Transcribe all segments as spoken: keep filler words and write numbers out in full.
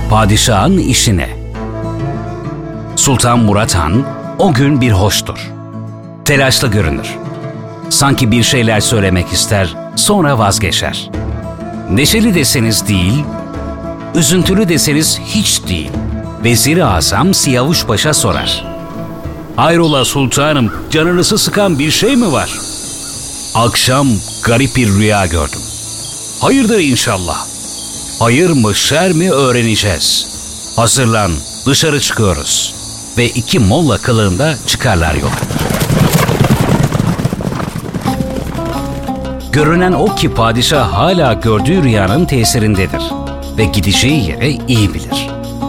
Padişahın işine. Sultan Murat Han o gün bir hoştur. Telaşlı görünür. Sanki bir şeyler söylemek ister, sonra vazgeçer. Neşeli deseniz değil, üzüntülü deseniz hiç değil. Vezir-i Azam Siyavuş Paşa sorar. "Hayrola sultanım, canınızı sıkan bir şey mi var?" "Akşam garip bir rüya gördüm." "Hayırdır inşallah." "Hayır mı şer mi öğreneceğiz. Hazırlan, dışarı çıkıyoruz." Ve iki molla kılığında çıkarlar yola. Görünen o ki padişah hala gördüğü rüyanın tesirindedir ve gideceği yere iyi bilir.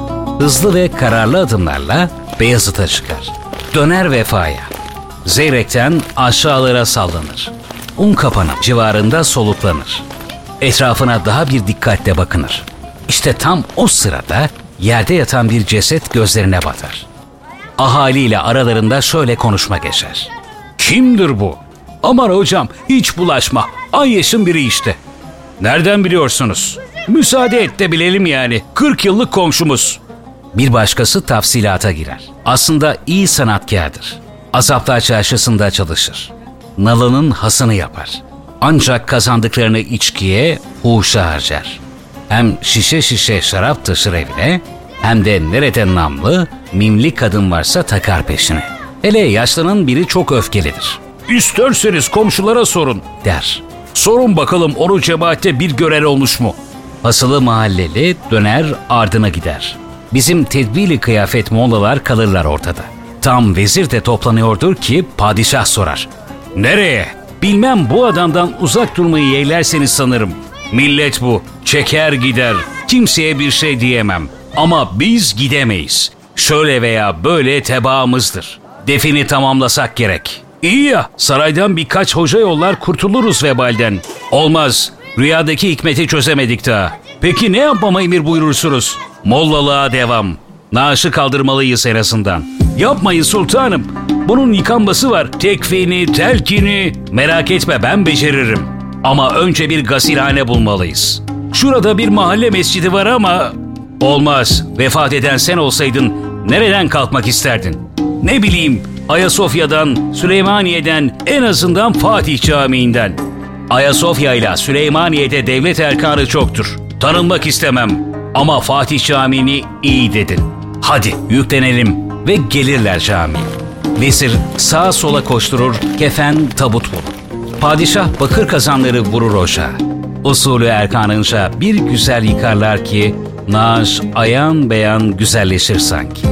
Hızlı ve kararlı adımlarla Beyazıt'a çıkar. Döner Vefa'ya. Zeyrek'ten aşağılara sallanır. Unkapanı civarında soluklanır. Etrafına daha bir dikkatle bakınır. İşte tam o sırada yerde yatan bir ceset gözlerine batar. Ahaliyle aralarında şöyle konuşma geçer. "Kimdir bu?" "Aman hocam, hiç bulaşma. Ayyeş'in biri işte." "Nereden biliyorsunuz?" "Müsaade et de bilelim yani. kırk yıllık komşumuz." Bir başkası tafsilata girer. Aslında iyi sanatkardır. Azaplar Çarşısı'nda çalışır. Nalının hasını yapar. Ancak kazandıklarını içkiye, huşa harcar. Hem şişe şişe şarap taşır evine, hem de nerede namlı, mimli kadın varsa takar peşine. Hele yaşlının biri çok öfkelidir. "İsterseniz komşulara sorun," der. "Sorun bakalım onu cemaatte bir gören olmuş mu?" Asılı mahalleli döner ardına gider. Bizim tedbirli kıyafet mollalar kalırlar ortada. Tam vezir de toplanıyordur ki padişah sorar. "Nereye?" "Bilmem, bu adamdan uzak durmayı yeğlerseniz sanırım. Millet bu, çeker gider. Kimseye bir şey diyemem. Ama biz gidemeyiz. Şöyle veya böyle tebaamızdır. Defini tamamlasak gerek." "İyi ya, saraydan birkaç hoca yollar, kurtuluruz vebalden." "Olmaz, rüyadaki hikmeti çözemedik daha." "Peki ne yapmama emir buyurursunuz?" "Mollalığa devam. Naaşı kaldırmalıyız en azından." "Yapmayın sultanım. Bunun yıkanması var. Tekfini, telkini. Merak etme, ben beceririm. Ama önce bir gasilhane bulmalıyız. Şurada bir mahalle mescidi var ama..." "Olmaz. Vefat eden sen olsaydın nereden kalkmak isterdin?" "Ne bileyim, Ayasofya'dan, Süleymaniye'den, en azından Fatih Camii'nden." "Ayasofya ile Süleymaniye'de devlet erkanı çoktur. Tanınmak istemem. Ama Fatih Camii'ni iyi dedin. Hadi yüklenelim." Ve gelirler camiye. Vezir sağa sola koşturur, kefen tabut bulur. Padişah bakır kazanları vurur ocağa. Usulü erkanınca bir güzel yıkarlar ki naaş ayan beyan güzelleşir sanki.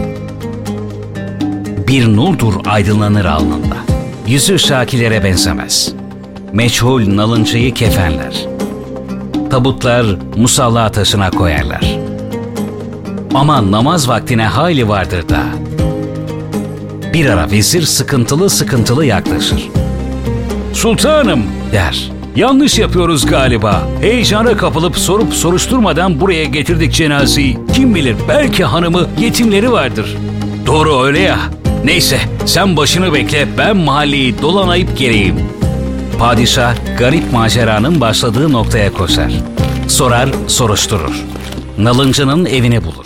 Bir nurdur aydınlanır alnında. Yüzü şakilere benzemez. Meçhul nalıncıyı kefenler. Tabutlar musalla taşına koyarlar. Ama namaz vaktine hayli vardır da. Bir ara vezir sıkıntılı sıkıntılı yaklaşır. "Sultanım," der. "Yanlış yapıyoruz galiba. Heyecana kapılıp sorup soruşturmadan buraya getirdik cenazeyi. Kim bilir, belki hanımı, yetimleri vardır." "Doğru öyle ya. Neyse, sen başını bekle, ben mahalleyi dolanayıp geleyim." Padişah garip maceranın başladığı noktaya koşar. Sorar, soruşturur. Nalıncının evini bulur.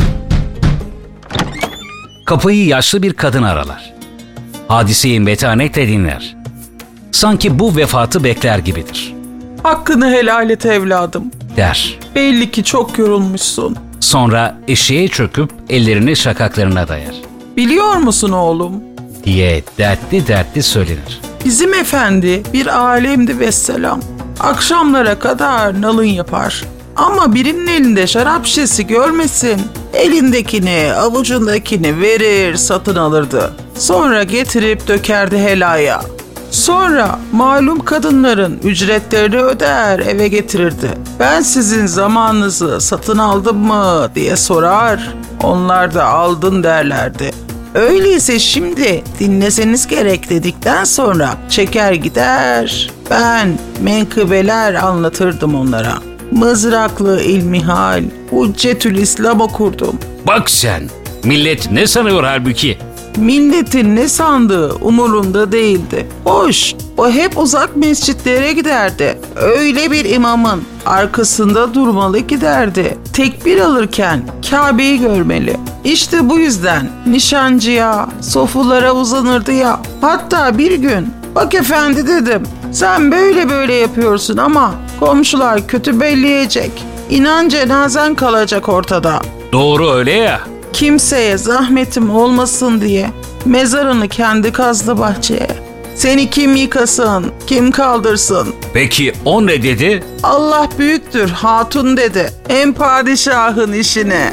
Kapıyı yaşlı bir kadın aralar. Hadiseyi metanetle dinler. Sanki bu vefatı bekler gibidir. "Hakkını helal et evladım," der. "Belli ki çok yorulmuşsun." Sonra eşeğe çöküp ellerini şakaklarına dayar. "Biliyor musun oğlum?" diye dertli dertli söylenir. "Bizim efendi bir alemdi vesselam. Akşamlara kadar nalın yapar. Ama birinin elinde şarap şişesi görmesin, elindekini, avucundakini verir, satın alırdı. Sonra getirip dökerdi helaya. Sonra malum kadınların ücretlerini öder, eve getirirdi. Ben sizin zamanınızı satın aldım mı diye sorar. Onlar da aldın derlerdi. Öyleyse şimdi dinleseniz gerek dedikten sonra çeker gider. Ben menkıbeler anlatırdım onlara. Mızraklı ilmihal, Hüccetül İslam okurdum. Bak sen, millet ne sanıyor halbuki? Milletin ne sandığı umurunda değildi. Hoş, O hep uzak mescitlere giderdi. Öyle bir imamın arkasında durmalı giderdi. Tekbir alırken Kabe'yi görmeli. İşte bu yüzden nişancıya, sofulara uzanırdı ya. Hatta bir gün, bak efendi dedim, sen böyle böyle yapıyorsun ama komşular kötü belleyecek. İnan cenazen kalacak ortada. Doğru öyle ya. Kimseye zahmetim olmasın diye mezarını kendi kazdı bahçeye. Seni kim yıkasın, kim kaldırsın? Peki o ne dedi? Allah büyüktür hatun dedi. En padişahın işine.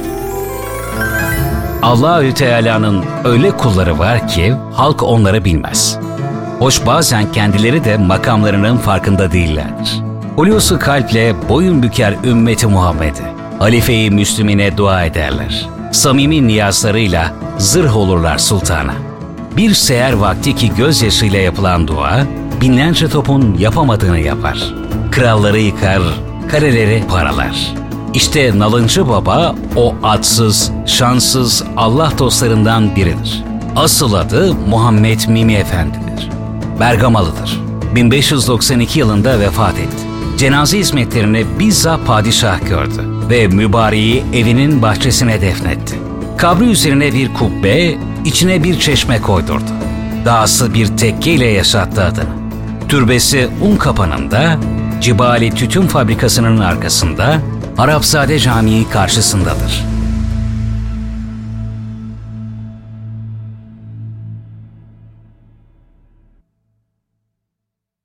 Allahü Teala'nın öyle kulları var ki halk onları bilmez. Hoş bazen kendileri de makamlarının farkında değillerdir. Hulusi kalple boyun büker ümmeti Muhammed'e, halife-i Müslümine dua ederler. Samimi niyazlarıyla zırh olurlar sultana. Bir seher vakti ki gözyaşıyla yapılan dua, binlerce topun yapamadığını yapar. Kralları yıkar, kaleleri paralar. İşte Nalıncı Baba o adsız, şanssız Allah dostlarından biridir. Asıl adı Muhammed Mimi Efendi'dir. Bergamalıdır. bin beş yüz doksan iki yılında vefat etti. Cenaze hizmetlerini bizzat padişah gördü ve mübareği evinin bahçesine defnetti. Kabri üzerine bir kubbe, içine bir çeşme koydurdu. Dahası bir tekkeyle yaşattı adını. Türbesi Unkapanı'nda, Cibali Tütün Fabrikası'nın arkasında, Arapzade Camii karşısındadır.